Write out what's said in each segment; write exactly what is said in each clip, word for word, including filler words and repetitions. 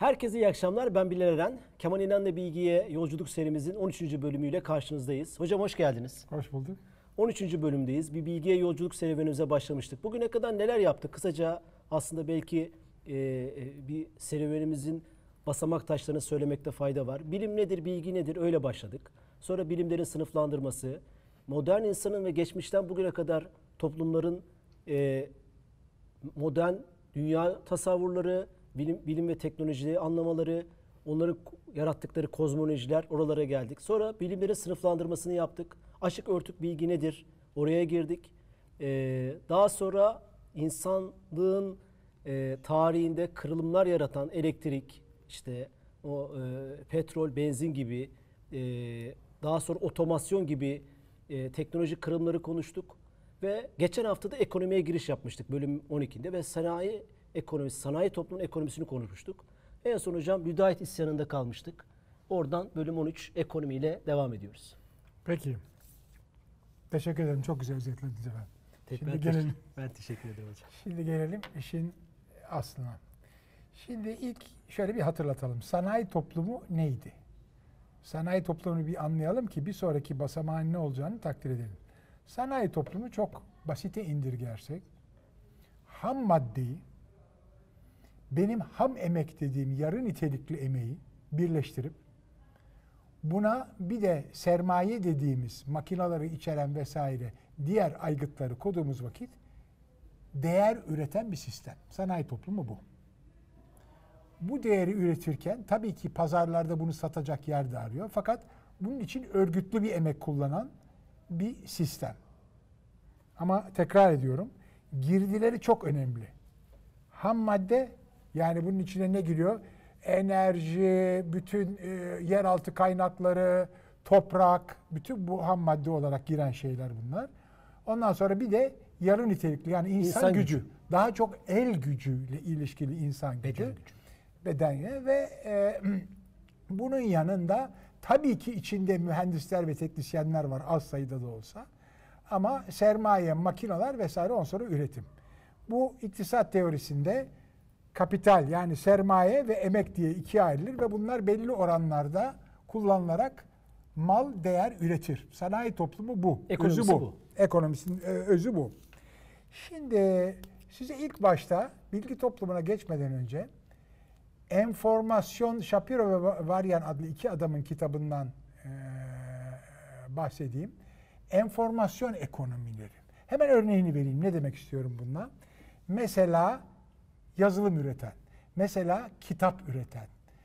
Herkese iyi akşamlar. Ben Bilal Eren. Kemal İnan'la Bilgiye Yolculuk serimizin on üçüncü bölümüyle karşınızdayız. Hocam hoş geldiniz. Hoş bulduk. on üçüncü bölümdeyiz. Bir Bilgiye Yolculuk serüvenimize başlamıştık. Bugüne kadar neler yaptık? Kısaca aslında belki e, e, bir serüvenimizin basamak taşlarını söylemekte fayda var. Bilim nedir, bilgi nedir? Öyle başladık. Sonra bilimlerin sınıflandırması, modern insanın ve geçmişten bugüne kadar toplumların e, modern dünya tasavvurları, bilim, bilim ve teknolojiyi anlamaları, onların yarattıkları kozmolojiler, oralara geldik. Sonra bilimlerin sınıflandırmasını yaptık. Açık örtük bilgi nedir? Oraya girdik. Ee, daha sonra insanlığın e, tarihinde kırılımlar yaratan elektrik, işte o e, petrol, benzin gibi, e, daha sonra otomasyon gibi e, teknolojik kırılımları konuştuk. Ve geçen hafta da ekonomiye giriş yapmıştık bölüm on ikide ve sanayi ekonomisi, sanayi toplumun ekonomisini konuşmuştuk. En son hocam müteahhit isyanında kalmıştık. Oradan bölüm on üç ekonomiyle devam ediyoruz. Peki. Teşekkür ederim. Çok güzel özetlediniz efendim. Şimdi ben gelelim. Ben teşekkür ederim hocam. Şimdi gelelim işin aslına. Şimdi ilk şöyle bir hatırlatalım. Sanayi toplumu neydi? Sanayi toplumunu bir anlayalım ki bir sonraki basamağın ne olacağını takdir edelim. Sanayi toplumu çok basite indirgersek ham maddeyi, benim ham emek dediğim yarı nitelikli emeği birleştirip buna bir de sermaye dediğimiz makinaları içeren vesaire diğer aygıtları koyduğumuz vakit değer üreten bir sistem. Sanayi toplumu bu. Bu değeri üretirken tabii ki pazarlarda bunu satacak yer de arıyor. Fakat bunun için örgütlü bir emek kullanan bir sistem. Ama tekrar ediyorum, girdileri çok önemli. Ham madde, yani bunun içine ne giriyor? Enerji, bütün e, yeraltı kaynakları, toprak, bütün bu ham madde olarak giren şeyler bunlar. Ondan sonra bir de yarı nitelikli, yani insan, insan gücü. gücü. Daha çok el gücüyle ilişkili insan gücü. Beden gücü. Bedenle ve e, bunun yanında tabii ki içinde mühendisler ve teknisyenler var, az sayıda da olsa. Ama sermaye, makineler vesaire, ondan sonra üretim. Bu iktisat teorisinde kapital, yani sermaye ve emek diye ikiye ayrılır ve bunlar belli oranlarda kullanılarak mal değer üretir. Sanayi toplumu bu. Ekonomisi özü bu. bu. Ekonomisinin özü bu. Şimdi size ilk başta bilgi toplumuna geçmeden önce Enformasyon, Shapiro ve Varyan adlı iki adamın kitabından e, bahsedeyim. Enformasyon ekonomileri. Hemen örneğini vereyim. Ne demek istiyorum bununla? Mesela yazılım üreten, mesela kitap üreten,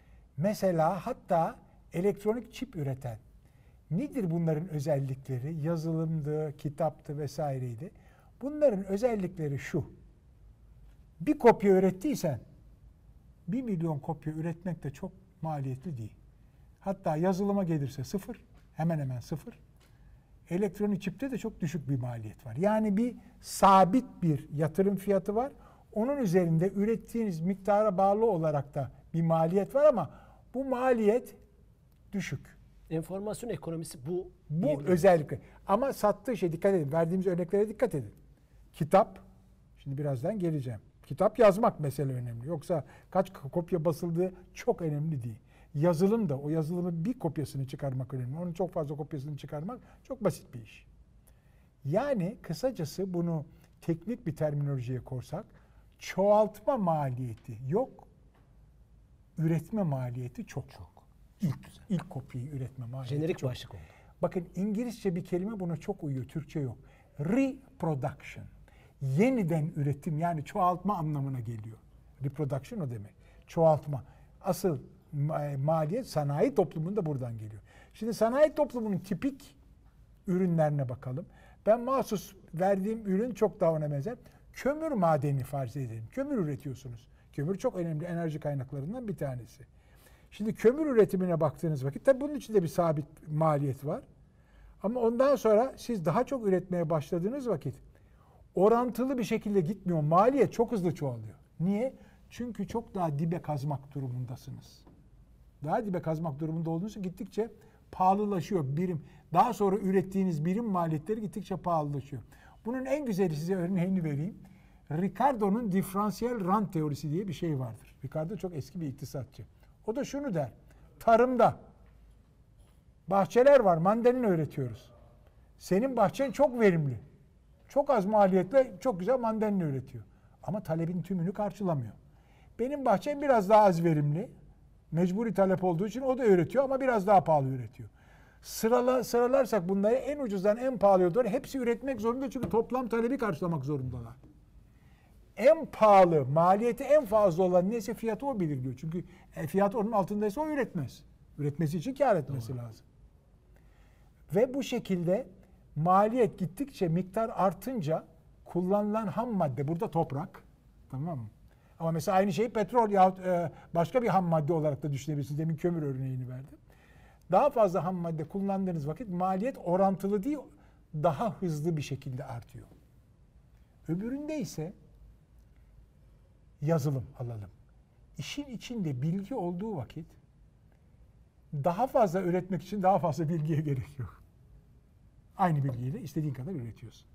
mesela hatta elektronik çip üreten. Nedir bunların özellikleri? Yazılımdı, kitaptı vesaireydi. Bunların özellikleri şu. Bir kopya ürettiysen bir milyon kopya üretmek de çok maliyetli değil. Hatta yazılıma gelirse sıfır, hemen hemen sıfır. Elektronik çipte de çok düşük bir maliyet var. Yani bir sabit bir yatırım fiyatı var. Onun üzerinde ürettiğiniz miktara bağlı olarak da bir maliyet var ama bu maliyet düşük. Enformasyon ekonomisi bu. Bu özellikle. Ama sattığı şey, dikkat edin. Verdiğimiz örneklere dikkat edin. Kitap, şimdi birazdan geleceğim. Kitap yazmak mesele önemli. Yoksa kaç kopya basıldığı çok önemli değil. Yazılım da, o yazılımın bir kopyasını çıkarmak önemli. Onun çok fazla kopyasını çıkarmak çok basit bir iş. Yani kısacası bunu teknik bir terminolojiye korsak, çoğaltma maliyeti yok, üretme maliyeti çok çok. İlk, ilk kopyayı üretme maliyeti Jenerik çok. başlık oldu. Bakın İngilizce bir kelime buna çok uyuyor, Türkçe yok. Reproduction. Yeniden üretim, yani çoğaltma anlamına geliyor. Reproduction o demek. Çoğaltma. Asıl maliyet sanayi toplumunda buradan geliyor. Şimdi sanayi toplumunun tipik ürünlerine bakalım. Ben mahsus verdiğim ürün çok daha ona benzer. Kömür madeni farz edelim. Kömür üretiyorsunuz. Kömür çok önemli enerji kaynaklarından bir tanesi. Şimdi kömür üretimine baktığınız vakit tabii bunun içinde bir sabit maliyet var. Ama ondan sonra siz daha çok üretmeye başladığınız vakit orantılı bir şekilde gitmiyor. Maliyet çok hızlı çoğalıyor. Niye? Çünkü çok daha dibe kazmak durumundasınız. Daha dibe kazmak durumunda olduğunuz için gittikçe pahalılaşıyor birim. Daha sonra ürettiğiniz birim maliyetleri gittikçe pahalılaşıyor. Bunun en güzeli, size örneğini vereyim. Ricardo'nun diferansiyel rant teorisi diye bir şey vardır. Ricardo çok eski bir iktisatçı. O da şunu der. Tarımda bahçeler var, mandalina üretiyoruz. Senin bahçen çok verimli. Çok az maliyetle çok güzel mandalina üretiyor. Ama talebin tümünü karşılamıyor. Benim bahçem biraz daha az verimli. Mecburi talep olduğu için o da üretiyor ama biraz daha pahalı üretiyor. Sırala, sıralarsak bunları en ucuzdan en pahalıya doğru hepsi üretmek zorunda çünkü toplam talebi karşılamak zorundalar. En pahalı, maliyeti en fazla olan neyse fiyatı o belirliyor. Çünkü e, fiyat onun altındaysa o üretmez. Üretmesi için kâr etmesi Doğru. lazım. Ve bu şekilde maliyet gittikçe miktar artınca kullanılan ham madde, burada toprak, tamam mı? Ama mesela aynı şeyi petrol yahut e, başka bir ham madde olarak da düşünebilirsiniz. Demin kömür örneğini verdim. Daha fazla ham madde kullandığınız vakit maliyet orantılı değil, daha hızlı bir şekilde artıyor. Öbüründe ise yazılım alalım. İşin içinde bilgi olduğu vakit daha fazla üretmek için daha fazla bilgiye gerek yok. Aynı bilgiyle istediğin kadar üretiyorsun.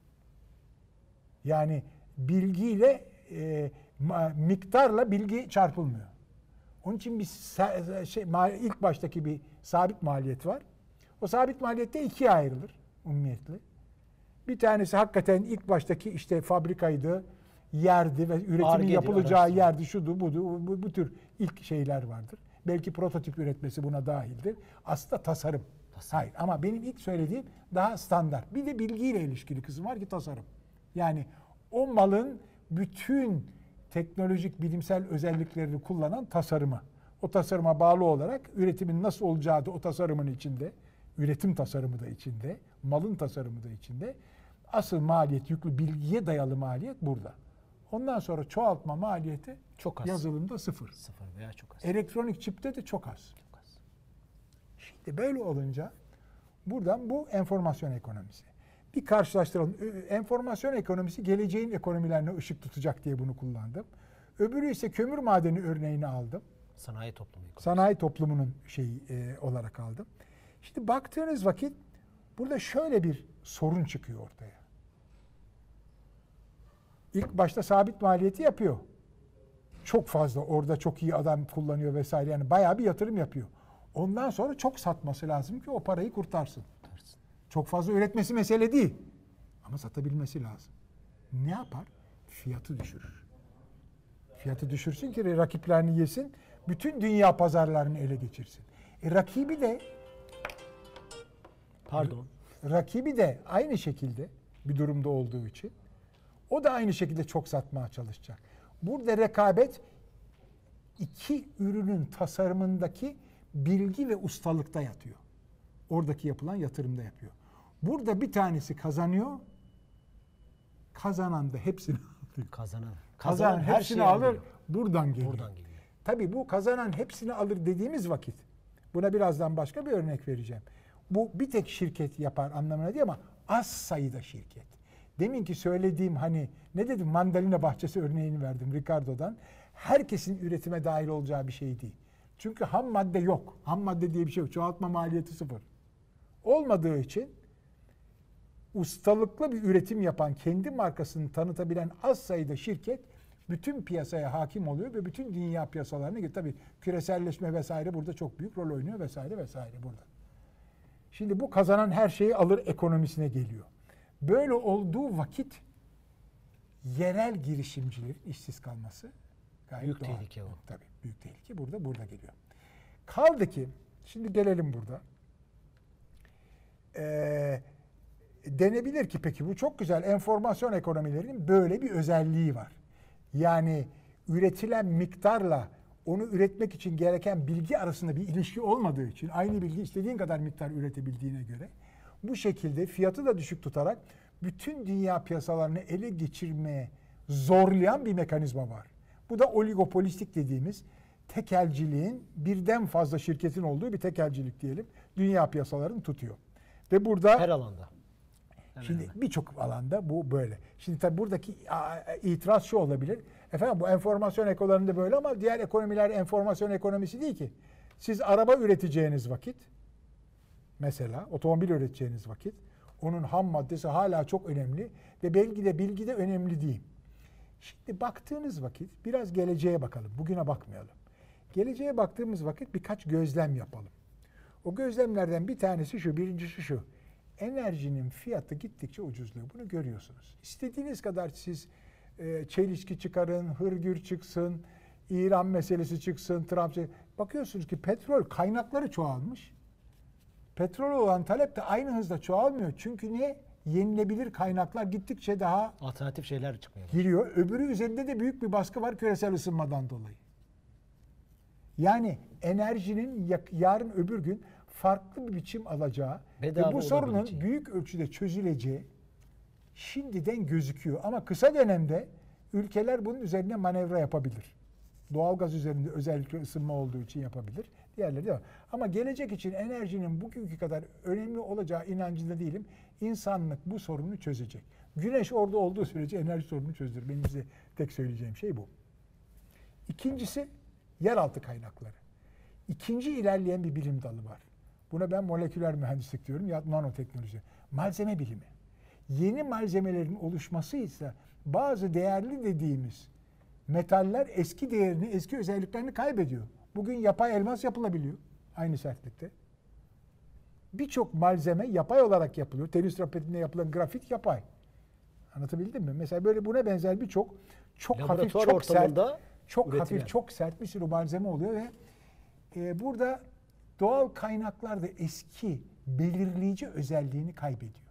Yani bilgiyle e, miktarla bilgi çarpılmıyor. Onun için bir şey, ilk baştaki bir sabit maliyet var. O sabit maliyette ikiye ayrılır umumiyetle. Bir tanesi hakikaten ilk baştaki işte fabrikaydı, yerdi ve üretimin Ar-Ge'dir, yapılacağı araştırma. yerdi, şudu, budu, bu, bu tür ilk şeyler vardır. Belki prototip üretmesi buna dahildir. Aslında tasarım. tasarım. Hayır ama benim ilk söylediğim daha standart. Bir de bilgiyle ilişkili kısım var ki tasarım. Yani o malın bütün teknolojik, bilimsel özelliklerini kullanan tasarımı. O tasarıma bağlı olarak üretimin nasıl olacağı da o tasarımın içinde, üretim tasarımı da içinde, malın tasarımı da içinde. Asıl maliyet, yüklü bilgiye dayalı maliyet burada. Ondan sonra çoğaltma maliyeti çok az. Yazılımda sıfır. Sıfır veya çok az. Elektronik çipte de çok az. Çok az. Şimdi böyle olunca buradan bu enformasyon ekonomisi. Bir karşılaştıralım. Enformasyon ekonomisi geleceğin ekonomilerine ışık tutacak diye bunu kullandım. Öbürü ise kömür madeni örneğini aldım. Sanayi toplumu ekonomisi. Sanayi toplumunun şeyi e, olarak aldım. Şimdi baktığınız vakit burada şöyle bir sorun çıkıyor ortaya. İlk başta sabit maliyeti yapıyor. Çok fazla orada çok iyi adam kullanıyor vesaire. Yani bayağı bir yatırım yapıyor. Ondan sonra çok satması lazım ki o parayı kurtarsın. kurtarsın. Çok fazla üretmesi mesele değil. Ama satabilmesi lazım. Ne yapar? Fiyatı düşürür. Fiyatı düşürsün ki rakiplerini yesin. Bütün dünya pazarlarını ele geçirsin. E, rakibi de Pardon. Rakibi de aynı şekilde bir durumda olduğu için o da aynı şekilde çok satmaya çalışacak. Burada rekabet iki ürünün tasarımındaki bilgi ve ustalıkta yatıyor. Oradaki yapılan yatırımda yapıyor. Burada bir tanesi kazanıyor. Kazanan da hepsini alıyor. Kazanan. Kazanan, Kazanan her hepsini şeyi alır. alıyor. Buradan geliyor. Buradan geliyor. Tabii bu kazanan hepsini alır dediğimiz vakit buna birazdan başka bir örnek vereceğim. Bu bir tek şirket yapar anlamına değil ama az sayıda şirket. Deminki söylediğim hani ne dedim mandalina bahçesi örneğini verdim Ricardo'dan. Herkesin üretime dahil olacağı bir şey değil. Çünkü ham madde yok. Ham madde diye bir şey yok. Çoğaltma maliyeti sıfır. Olmadığı için ustalıklı bir üretim yapan, kendi markasını tanıtabilen az sayıda şirket bütün piyasaya hakim oluyor ve bütün dünya piyasalarına gidiyor. Tabii küreselleşme vesaire burada çok büyük rol oynuyor vesaire vesaire burada. Şimdi bu kazanan her şeyi alır ekonomisine geliyor. Böyle olduğu vakit yerel girişimcilerin işsiz kalması gayet büyük doğal. tehlike o. Tabii büyük tehlike burada burada geliyor. Kaldı ki şimdi gelelim burada. Ee, denebilir ki peki bu çok güzel enformasyon ekonomilerinin böyle bir özelliği var. Yani üretilen miktarla onu üretmek için gereken bilgi arasında bir ilişki olmadığı için aynı bilgi istediğin kadar miktar üretebildiğine göre bu şekilde fiyatı da düşük tutarak bütün dünya piyasalarını ele geçirmeye zorlayan bir mekanizma var. Bu da oligopolistik dediğimiz tekelciliğin birden fazla şirketin olduğu bir tekelcilik diyelim. Dünya piyasalarını tutuyor. Ve burada her alanda. Şimdi birçok alanda bu böyle. Şimdi tabii buradaki itiraz şu olabilir. Efendim bu enformasyon ekonomilerinde böyle ama diğer ekonomiler enformasyon ekonomisi değil ki. Siz araba üreteceğiniz vakit mesela otomobil üreteceğiniz vakit onun ham maddesi hala çok önemli ve belki de bilgi de önemli değil. Şimdi baktığınız vakit biraz geleceğe bakalım. Bugüne bakmayalım. Geleceğe baktığımız vakit birkaç gözlem yapalım. O gözlemlerden bir tanesi şu, birincisi şu. Enerjinin fiyatı gittikçe ucuzluyor. Bunu görüyorsunuz. İstediğiniz kadar siz e, çelişki çıkarın, hırgür çıksın, İran meselesi çıksın, Trump şey. Bakıyorsunuz ki petrol kaynakları çoğalmış. Petrol olan talep de aynı hızda çoğalmıyor. Çünkü ne? Yenilebilir kaynaklar gittikçe daha Alternatif şeyler çıkmıyor. giriyor. Öbürü üzerinde de büyük bir baskı var küresel ısınmadan dolayı. Yani enerjinin yarın öbür gün farklı bir biçim alacağı Bedava ve bu sorunun olabileceği. büyük ölçüde çözüleceği şimdiden gözüküyor. Ama kısa dönemde ülkeler bunun üzerine manevra yapabilir. Doğalgaz üzerinde özellikle ısınma olduğu için yapabilir. Diğerleri de var. Ama gelecek için enerjinin bugünkü kadar önemli olacağı inancında değilim. İnsanlık bu sorunu çözecek. Güneş orada olduğu sürece enerji sorununu çözülür. Benim size tek söyleyeceğim şey bu. İkincisi yeraltı kaynakları. İkinci ilerleyen bir bilim dalı var. Buna ben moleküler mühendislik diyorum ya nanoteknoloji. Malzeme bilimi. Yeni malzemelerin oluşması ise bazı değerli dediğimiz metaller eski değerini, eski özelliklerini kaybediyor. Bugün yapay elmas yapılabiliyor aynı sertlikte. Birçok malzeme yapay olarak yapılıyor. Tenis trapezinde yapılan grafit yapay. Anlatabildim mi? Mesela böyle buna benzer birçok çok hafif, Laboratuvar çok sert, ortamında çok üretilen. hafif, çok sert bir sürü malzeme oluyor ve e, burada doğal kaynaklar da eski belirleyici özelliğini kaybediyor.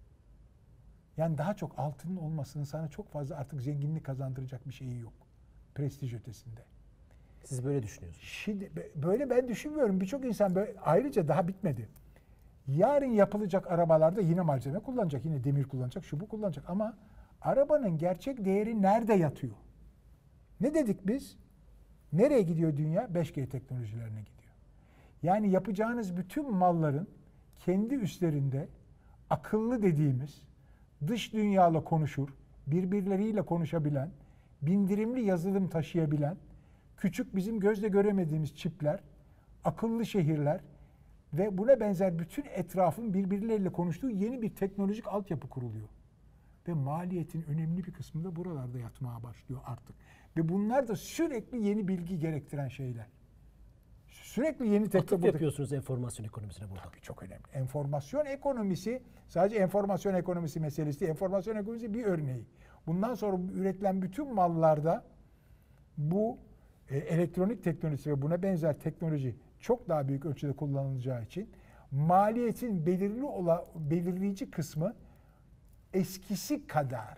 Yani daha çok altının olmasının sana çok fazla artık zenginlik kazandıracak bir şeyi yok. Prestij ötesinde. Siz böyle düşünüyorsunuz. Şimdi böyle ben düşünmüyorum. Birçok insan böyle, ayrıca daha bitmedi. Yarın yapılacak arabalarda yine malzeme kullanacak, yine demir kullanacak, şu bu kullanacak ama arabanın gerçek değeri nerede yatıyor? Ne dedik biz? Nereye gidiyor dünya? beş G teknolojilerine gidiyor. Yani yapacağınız bütün malların kendi üstlerinde akıllı dediğimiz dış dünyayla konuşur, birbirleriyle konuşabilen, bindirimli yazılım taşıyabilen, küçük bizim gözle göremediğimiz çipler, akıllı şehirler ve buna benzer bütün etrafın birbirleriyle konuştuğu yeni bir teknolojik altyapı kuruluyor. Ve maliyetin önemli bir kısmı da buralarda yatmaya başlıyor artık. Ve bunlar da sürekli yeni bilgi gerektiren şeyler. Sürekli yeni Atıf teknoloji. yapıyorsunuz enformasyon ekonomisine burada. Tabii çok önemli. Enformasyon ekonomisi sadece enformasyon ekonomisi meselesi değil. Enformasyon ekonomisi bir örneği. Bundan sonra üretilen bütün mallarda bu e, elektronik teknolojisi ve buna benzer teknoloji çok daha büyük ölçüde kullanılacağı için maliyetin belirli ola, belirleyici kısmı eskisi kadar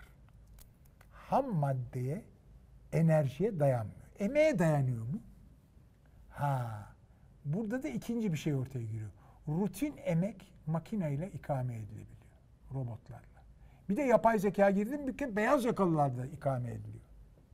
ham maddeye, enerjiye dayanmıyor. Emeğe dayanıyor mu? Ha. Burada da ikinci bir şey ortaya giriyor. Rutin emek makineyle ikame edilebiliyor. Robotlarla. Bir de yapay zeka girdi mi bir kez beyaz yakalılarla ikame ediliyor.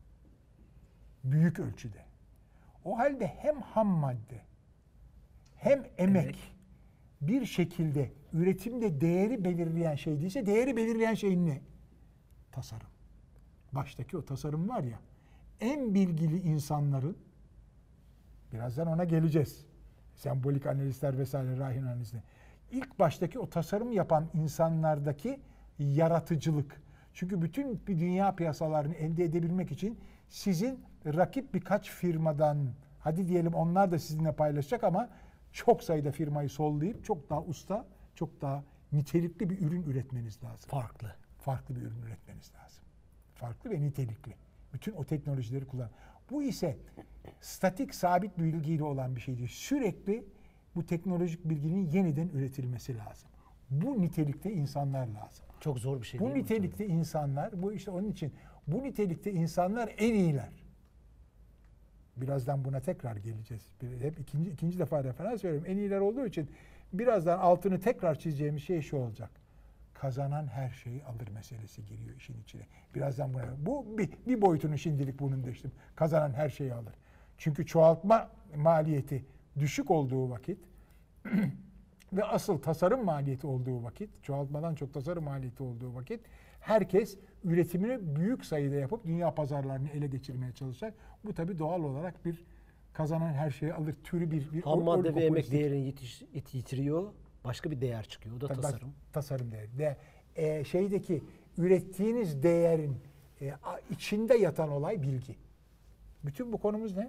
Büyük ölçüde. O halde hem ham madde hem emek, emek bir şekilde üretimde değeri belirleyen şey değilse değeri belirleyen şey ne? Tasarım. Baştaki o tasarım var ya, en bilgili insanların, birazdan ona geleceğiz. Sembolik analistler vesaire, Rahin analizleri. İlk baştaki o tasarım yapan insanlardaki yaratıcılık. Çünkü bütün bir dünya piyasalarını elde edebilmek için sizin rakip birkaç firmadan, hadi diyelim onlar da sizinle paylaşacak ama çok sayıda firmayı sollayıp çok daha usta, çok daha nitelikli bir ürün üretmeniz lazım. Farklı. Farklı bir ürün üretmeniz lazım. Farklı ve nitelikli. Bütün o teknolojileri kullan. Bu ise statik, sabit bilgiyle olan bir şey değil. Sürekli bu teknolojik bilginin yeniden üretilmesi lazım. Bu nitelikte insanlar lazım. Çok zor bir şey Bu değil mi nitelikte hocam? insanlar, bu işte onun için bu nitelikte insanlar en iyiler. Birazdan buna tekrar geleceğiz. Bir- Hep ikinci ikinci defa referans veriyorum. En iyiler olduğu için birazdan altını tekrar çizeceğimiz şey şu olacak. Kazanan her şeyi alır meselesi giriyor işin içine. Birazdan buna. Bu bir, bir boyutunu şimdilik bunun değiştim. Kazanan her şeyi alır. Çünkü çoğaltma maliyeti düşük olduğu vakit ve asıl tasarım maliyeti olduğu vakit, çoğaltmadan çok tasarım maliyeti olduğu vakit herkes üretimini büyük sayıda yapıp dünya pazarlarını ele geçirmeye çalışacak. Bu tabii doğal olarak bir kazanan her şeyi alır türü bir... bir Ham madde ve emek oligopolistik- değerini yitiş, it- yitiriyor. Başka bir değer çıkıyor. O da Tabii tasarım. Tasarım değeri. De, e, şeydeki ürettiğiniz değerin e, a- içinde yatan olay bilgi. Bütün bu konumuz ne?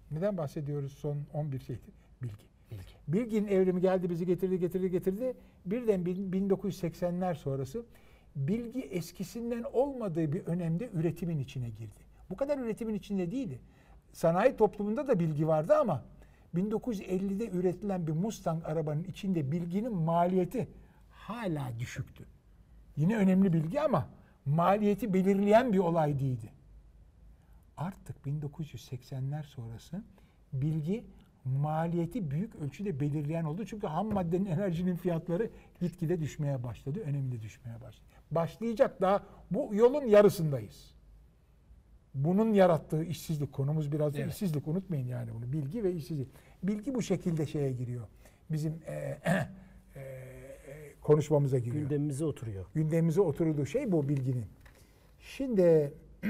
Neden bahsediyoruz son on bir şeydir? Bilgi. Bilgi. Bilginin evrimi geldi, bizi getirdi, getirdi, getirdi. Birden bin dokuz yüz seksenler sonrası bilgi eskisinden olmadığı bir önemde üretimin içine girdi. Bu kadar üretimin içinde değildi. Sanayi toplumunda da bilgi vardı ama bin dokuz yüz ellide üretilen bir Mustang arabanın içinde bilginin maliyeti hala düşüktü. Yine önemli bilgi ama maliyeti belirleyen bir olay değildi. Artık bin dokuz yüz seksenler sonrası bilgi maliyeti büyük ölçüde belirleyen oldu. Çünkü ham maddenin, enerjinin fiyatları gitgide düşmeye başladı. Önemli düşmeye başladı. Başlayacak, daha bu yolun yarısındayız. Bunun yarattığı işsizlik, konumuz biraz da evet. işsizlik, unutmayın yani bunu. Bilgi ve işsizlik. Bilgi bu şekilde şeye giriyor. Bizim e, e, e, konuşmamıza giriyor. Gündemimize oturuyor. Gündemimize oturduğu şey bu bilginin. Şimdi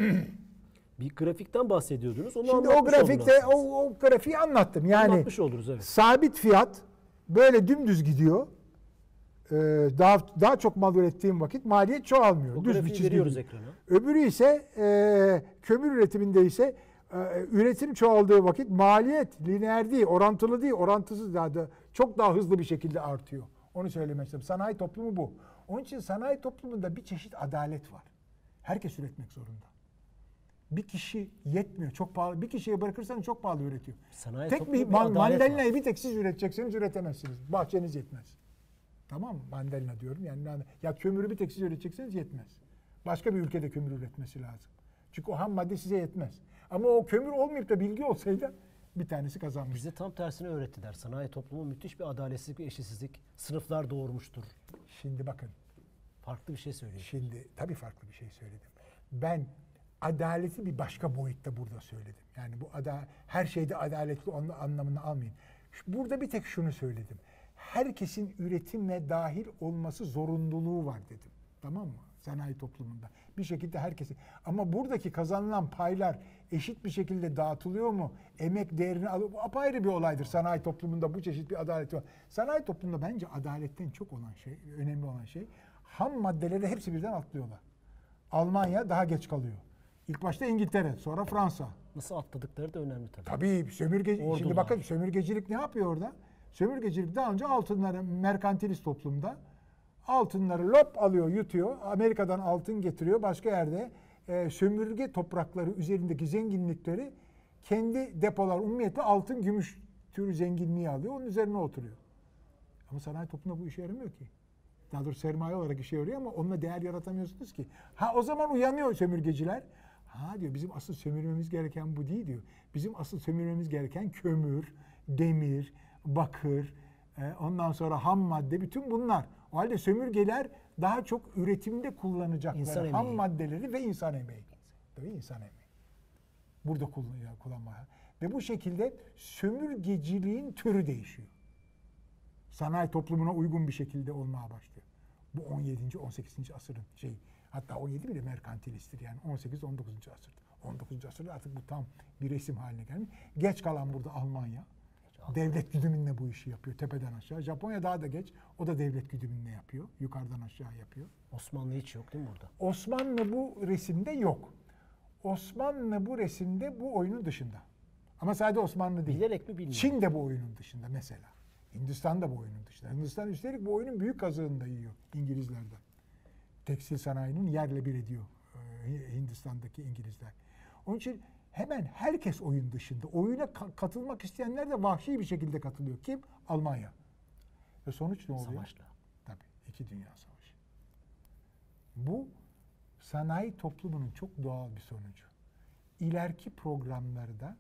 bir grafikten bahsediyordunuz. Onu Şimdi o anlatmış grafikte oldunuz. o, o grafiği anlattım. Yani Anlatmış oluruz, evet. sabit fiyat böyle dümdüz gidiyor. Ee, daha daha çok mal ürettiğim vakit maliyet çoğalmıyor. O Düz bir grafiği çizgi veriyoruz gibi. ekrana. Öbürü ise e, kömür üretiminde ise e, üretim çoğaldığı vakit maliyet lineer değil, orantılı değil, orantısız daha da çok daha hızlı bir şekilde artıyor. Onu söylemek istedim. Sanayi toplumu bu. Onun için sanayi toplumunda bir çeşit adalet var. Herkes üretmek zorunda. Bir kişi yetmiyor. Çok pahalı. Bir kişiye bırakırsanız çok pahalı üretiyor. Sanayi tek toplumu bir bir man- adalet mandalinayı var. bir tek siz üretecekseniz üretemezsiniz. Bahçeniz yetmez. Tamam mı? Mandalina diyorum. Yani ya kömürü bir tek siz üretecekseniz yetmez. Başka bir ülkede kömür üretmesi lazım. Çünkü o ham madde size yetmez. Ama o kömür olmayıp da bilgi olsaydı bir tanesi kazanmış. Bize tam tersini öğrettiler. Sanayi toplumu müthiş bir adaletsizlik ve eşitsizlik. Sınıflar doğurmuştur. Şimdi bakın. Farklı bir şey söylüyor. Şimdi tabii farklı bir şey söyledim. Ben adaleti bir başka boyutta burada söyledim. Yani bu ada her şeyde adaletli anlamını almayın. Burada bir tek şunu söyledim. Herkesin üretime dahil olması zorunluluğu var dedim. Tamam mı? Sanayi toplumunda. Bir şekilde herkesin. Ama buradaki kazanılan paylar eşit bir şekilde dağıtılıyor mu? Emek değerini alıyor. Bu apayrı bir olaydır. Sanayi toplumunda bu çeşit bir adalet var. Sanayi toplumunda bence adaletten çok olan şey, önemli olan şey, ham maddeleri hepsi birden atlıyorlar. Almanya daha geç kalıyor. İlk başta İngiltere, sonra Fransa. Nasıl atladıkları da önemli tabii. Tabii sömürge Ordular. şimdi bakın sömürgecilik ne yapıyor orada? Sömürgecilik daha önce altınları merkantilist toplumda altınları lop alıyor, yutuyor. Amerika'dan altın getiriyor. Başka yerde e, sömürge toprakları üzerindeki zenginlikleri kendi depolar umumiyetle altın, gümüş türü zenginliği alıyor. Onun üzerine oturuyor. Ama sanayi toplumunda bu işe yaramıyor ki. Daha doğrusu sermaye olarak işe yarıyor ama onunla değer yaratamıyorsunuz ki. Ha o zaman uyanıyor sömürgeciler. Ha diyor bizim asıl sömürmemiz gereken bu değil diyor. Bizim asıl sömürmemiz gereken kömür, demir, bakır, e, ondan sonra ham madde, bütün bunlar. O halde sömürgeler daha çok üretimde kullanacakları İnsan ham emeği. maddeleri ve insan emeği. Tabii insan emeği. Burada kullanıyor, kullanmaya. Ve bu şekilde sömürgeciliğin türü değişiyor. Sanayi toplumuna uygun bir şekilde olmaya başlıyor. Bu on yedinci on sekizinci asırın şey, hatta on yedi bile merkantilisttir yani on sekiz on dokuzuncu asırda. on dokuzuncu asırda artık bu tam bir resim haline gelmiş. Geç kalan burada Almanya. Devlet güdümünle bu işi yapıyor tepeden aşağı. Japonya daha da geç. O da devlet güdümünle yapıyor. Yukarıdan aşağı yapıyor. Osmanlı hiç yok değil mi burada? Osmanlı bu resimde yok. Osmanlı bu resimde bu oyunun dışında. Ama sadece Osmanlı değil. Bilerek mi bilmiyorum. Çin de bu oyunun dışında mesela. Hindistan da bu oyunun dışında. Hindistan üstelik bu oyunun büyük kazığını da yiyor İngilizlerden. Tekstil sanayinin yerle bir ediyor e, Hindistan'daki İngilizler. Onun için hemen herkes oyun dışında. Oyuna ka- katılmak isteyenler de vahşi bir şekilde katılıyor. Kim? Almanya. Ve sonuç ne oluyor? Savaşla. Tabii. İki Dünya Savaşı. Bu sanayi toplumunun çok doğal bir sonucu. İleriki programlarda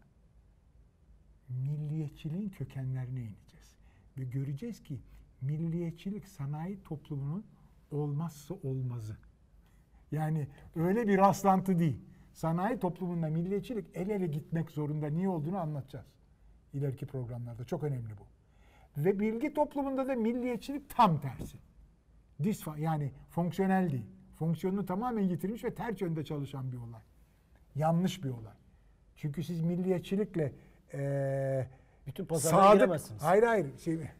milliyetçiliğin kökenlerine ineceğiz. Ve göreceğiz ki milliyetçilik sanayi toplumunun olmazsa olmazı. Yani öyle bir rastlantı değil. Sanayi toplumunda milliyetçilik el ele gitmek zorunda. Niye olduğunu anlatacağız. İleriki programlarda. Çok önemli bu. Ve bilgi toplumunda da milliyetçilik tam tersi. Disfa, yani fonksiyonel değil. Fonksiyonunu tamamen yitirmiş ve ters yönde çalışan bir olay. Yanlış bir olay. Çünkü siz milliyetçilikle ee, bütün pazarlara giremezsiniz. Hayır hayır. Şey,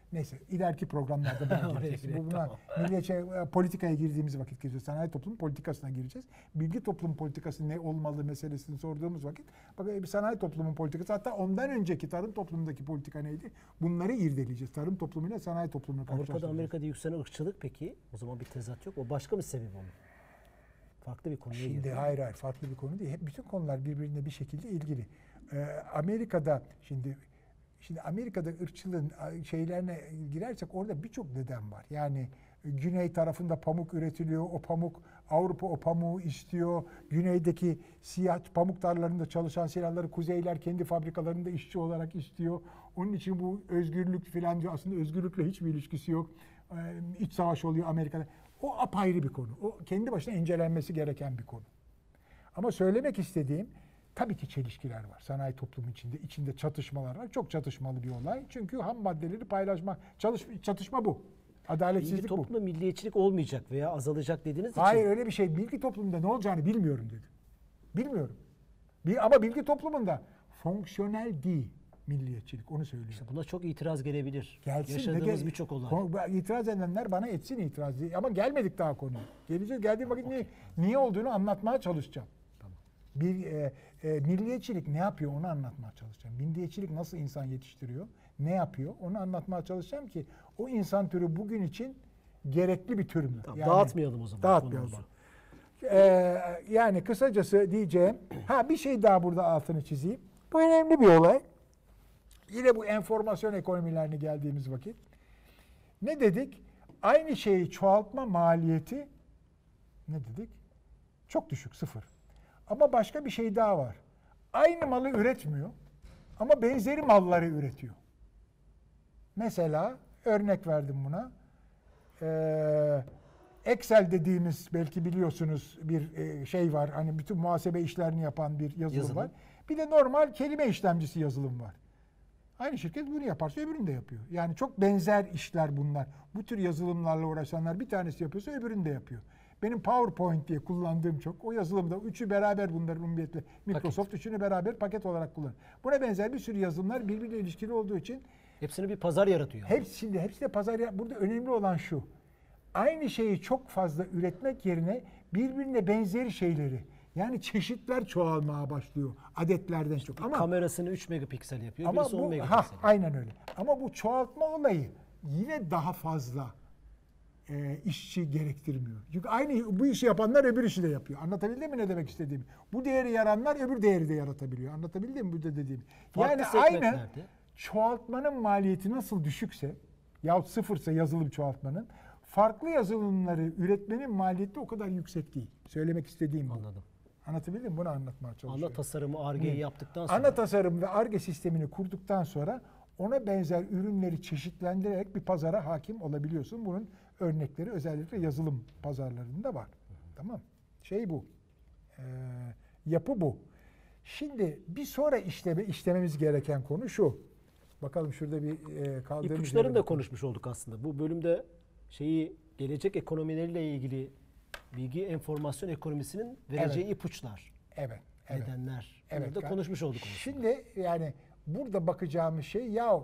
Neyse ileriki programlarda buna Oraya gireceğiz. girelim, Bu buna tamam. milliyetçi e, politikaya girdiğimiz vakit gireceğiz. Sanayi toplum politikasına gireceğiz. Bilgi toplum politikası ne olmalı meselesini sorduğumuz vakit bak bir sanayi toplumun politikası, hatta ondan önceki tarım toplumundaki politika neydi? Bunları irdeleyeceğiz. Tarım toplumuyla sanayi toplumunu Avrupa'da, karşılaştıracağız. Amerika'da yükselen ırkçılık peki? O zaman bir tezat yok. O başka bir sebep onun. Farklı bir konuya Şimdi girdi. hayır hayır farklı bir konu değil. Hep bütün konular birbirine bir şekilde ilgili. Ee, Amerika'da şimdi şimdi Amerika'da ırkçılığın a, şeylerine girersek orada birçok neden var. Yani e, güney tarafında pamuk üretiliyor. O pamuk Avrupa o pamuğu istiyor. Güneydeki siyah pamuk tarlalarında çalışan silahları kuzeyler kendi fabrikalarında işçi olarak istiyor. Onun için bu özgürlük filan diyor. Aslında özgürlükle hiçbir ilişkisi yok. Ee, iç savaş oluyor Amerika'da. O apayrı bir konu. O kendi başına incelenmesi gereken bir konu. Ama söylemek istediğim tabii ki çelişkiler var. Sanayi toplumu içinde, içinde çatışmalar var. Çok çatışmalı bir olay. Çünkü ham maddeleri paylaşma, çalış, çatışma bu. Bilgi Adaletsizlik bu. toplumda milliyetçilik olmayacak veya azalacak dediğiniz Hayır için. öyle bir şey. Bilgi toplumunda ne olacağını bilmiyorum dedim. Bilmiyorum. Bir, ama bilgi toplumunda fonksiyonel değil milliyetçilik. Onu söylüyorum. İşte buna çok itiraz gelebilir. Gelsin. Yaşadığımız ne gel- birçok olay. Kon- İtiraz edenler bana etsin itiraz diye. Ama gelmedik daha konuya. Geleceğiz. Geldiğim vakit niye, niye olduğunu anlatmaya çalışacağım. Tamam. Bir e, e, milliyetçilik ne yapıyor onu anlatmaya çalışacağım. Milliyetçilik nasıl insan yetiştiriyor? Ne yapıyor? Onu anlatmaya çalışacağım ki o insan türü bugün için gerekli bir tür mü? Tamam, Yani- dağıtmayalım o zaman. Dağıtmayalım. konumuzu. Ee, yani kısacası diyeceğim. Ha bir şey daha burada altını çizeyim. Bu önemli bir olay. Yine bu enformasyon ekonomilerine geldiğimiz vakit. Ne dedik? Aynı şeyi çoğaltma maliyeti ne dedik? Çok düşük, sıfır. Ama başka bir şey daha var. Aynı malı üretmiyor ama benzeri malları üretiyor. Mesela örnek verdim buna. Ee, Excel dediğimiz belki biliyorsunuz bir e, şey var. Hani bütün muhasebe işlerini yapan bir yazılım, Yazılım. var. Bir de normal kelime işlemcisi yazılım var. Aynı şirket bunu yaparsa öbürünü de yapıyor. Yani çok benzer işler bunlar. Bu tür yazılımlarla uğraşanlar bir tanesi yapıyorsa öbürünü de yapıyor. Benim PowerPoint diye kullandığım çok o yazılımda üçü beraber bunların umumiyetle Microsoft üçünü beraber paket olarak kullanır. Buna benzer bir sürü yazılımlar birbiriyle ilişkili olduğu için Hepsini bir pazar yaratıyor. hepsi şimdi hepsi de pazar ya- burada önemli olan şu. Aynı şeyi çok fazla üretmek yerine birbirine benzeri şeyleri yani çeşitler çoğalmaya başlıyor adetlerden çok. Ama Kamerasını üç megapiksel yapıyor. ama birisi on bu megapiksel. ha aynen öyle. Ama bu çoğaltma olayı yine daha fazla e, işçi gerektirmiyor. Çünkü aynı bu işi yapanlar öbür işi de yapıyor. Anlatabildim mi ne demek istediğimi? Bu değeri yaranlar öbür değeri de yaratabiliyor. Anlatabildim mi bu da dediğimi? Farklı Yani aynı segmentlerde. çoğaltmanın maliyeti nasıl düşükse yahut sıfırsa yazılım çoğaltmanın farklı yazılımları üretmenin maliyeti o kadar yüksek değil. Söylemek istediğim bu. Anladım. Anlatabildim mi? Bunu anlatmaya çalışıyorum. Ana tasarımı, Ar-Ge'yi yaptıktan sonra. Ana tasarım ve Ar-Ge sistemini kurduktan sonra ona benzer ürünleri çeşitlendirerek bir pazara hakim olabiliyorsun. Bunun örnekleri özellikle yazılım pazarlarında var. Tamam. Şey bu. Ee, yapı bu. Şimdi bir sonra işleme, işlememiz gereken konu şu. Bakalım şurada bir e, kaldığımız İpuçlarını yere da bakalım. konuşmuş olduk aslında. Bu bölümde şeyi gelecek ekonomileriyle ilgili bilgi enformasyon ekonomisinin vereceği Evet. ipuçlar, Evet. Evet. nedenler. Evet, Bunları da gal- konuşmuş olduk. aslında. Şimdi yani burada bakacağımız şey ya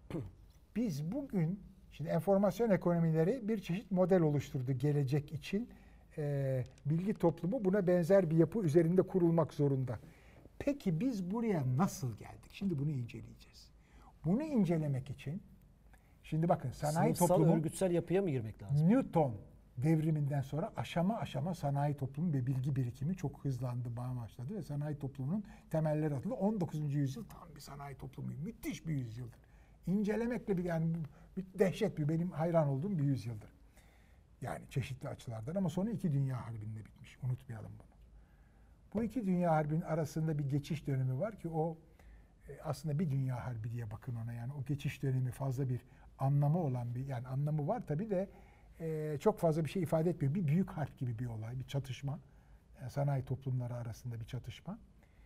biz bugün şimdi enformasyon ekonomileri bir çeşit model oluşturdu gelecek için. Ee, bilgi toplumu buna benzer bir yapı üzerinde kurulmak zorunda. Peki biz buraya nasıl geldik? Şimdi bunu inceleyeceğiz. Bunu incelemek için şimdi bakın sanayi Sınıfsal toplumu örgütsel yapıya mı girmek lazım? Newton devriminden sonra aşama aşama sanayi toplumu ve bilgi birikimi çok hızlandı, başladı ve sanayi toplumunun temelleri atıldı. on dokuzuncu yüzyıl tam bir sanayi toplumu, müthiş bir yüzyıldır. İncelemekle bir yani bir dehşet bir benim hayran olduğum bir yüzyıldır. Yani çeşitli açılardan ama sonra iki Dünya Harbi'nde bitmiş. Unutmayalım bunu. Bu iki Dünya Harbi'nin arasında bir geçiş dönemi var ki o e, aslında bir Dünya Harbi diye bakın ona yani o geçiş dönemi fazla bir anlamı olan bir yani anlamı var tabii de e, çok fazla bir şey ifade etmiyor. Bir büyük harp gibi bir olay, bir çatışma. Yani sanayi toplumları arasında bir çatışma.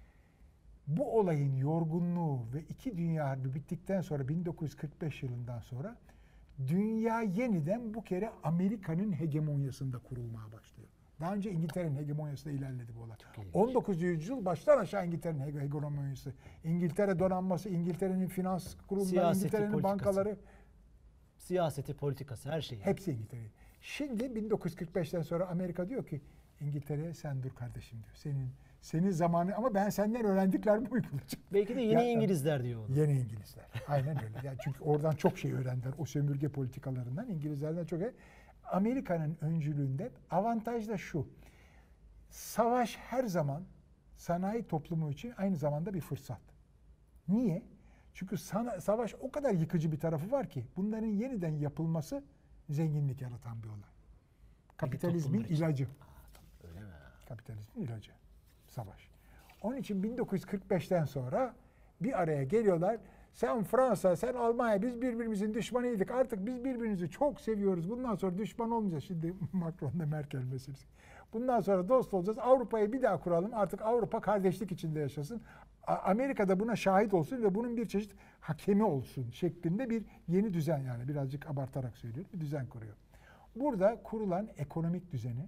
Bu olayın yorgunluğu ve iki Dünya Harbi bittikten sonra bin dokuz yüz kırk beş yılından sonra dünya yeniden bu kere Amerika'nın hegemonyasında kurulmaya başlıyor. Daha önce İngiltere'nin hegemonyasında ilerledi bu olay. on dokuzuncu yüzyıl baştan aşağı İngiltere'nin hege- hegemonyası. İngiltere donanması, İngiltere'nin finans kurumları, Siyaseti, İngiltere'nin politikası. bankaları. Siyaseti, politikası, her şeyi. Hepsi İngiltere. Şimdi bin dokuz yüz kırk beşten sonra Amerika diyor ki İngiltere'ye sen dur kardeşim diyor. Senin senin zamanı ama ben senden öğrendiklerimi uygulayacağım. Belki de yeni Ya- İngilizler diyor onu. Yeni İngilizler. Aynen öyle. Yani çünkü oradan çok şey öğrendiler. O sömürge politikalarından İngilizlerden çok. Amerika'nın öncülüğünde avantaj da şu. Savaş her zaman sanayi toplumu için aynı zamanda bir fırsat. Niye? Çünkü sana, savaş o kadar yıkıcı bir tarafı var ki bunların yeniden yapılması zenginlik yaratan bir olay. Kapitalizmin toplumlar için. ilacı. Öyle mi? Kapitalizmin ilacı. Savaş. Onun için bin dokuz yüz kırk beşten sonra bir araya geliyorlar. Sen Fransa, sen Almanya, biz birbirimizin düşmanıydık. Artık biz birbirimizi çok seviyoruz. Bundan sonra düşman olmayacağız. Şimdi Macron'la Merkel meselesi. Bundan sonra dost olacağız. Avrupa'yı bir daha kuralım. Artık Avrupa kardeşlik içinde yaşasın. A- Amerika da buna şahit olsun ve bunun bir çeşit hakemi olsun şeklinde bir yeni düzen, yani birazcık abartarak söylüyorum, bir düzen kuruyor. Burada kurulan ekonomik düzeni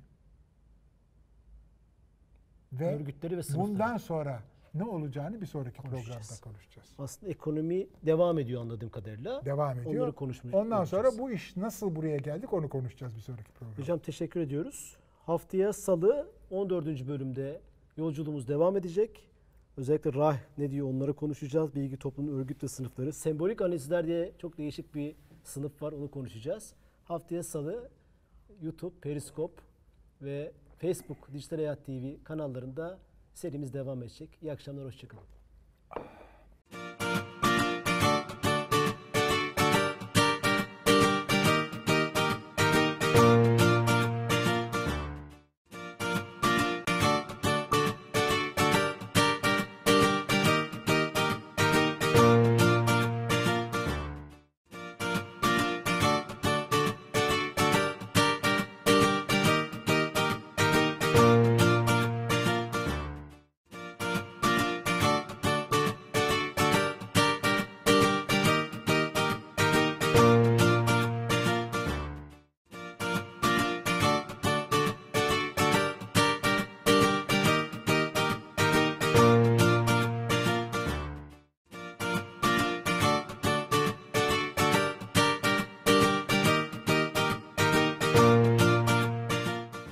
ve Örgütleri ve sınıfları. bundan sonra ne olacağını bir sonraki Konuşacağız. programda konuşacağız. Aslında ekonomi devam ediyor anladığım kadarıyla. Devam ediyor. Onları konuşmuş. Ondan sonra konuşacağız. bu iş nasıl buraya geldik onu konuşacağız bir sonraki programda. Hocam teşekkür ediyoruz. Haftaya Salı on dördüncü bölümde yolculuğumuz devam edecek. Özellikle Rah ne diyor onları konuşacağız. Bilgi toplumunun örgüt ve sınıfları. Sembolik analizler diye çok değişik bir sınıf var, onu konuşacağız. Haftaya Salı YouTube, Periskop ve Facebook, Dijital Hayat T V kanallarında serimiz devam edecek. İyi akşamlar, hoşçakalın.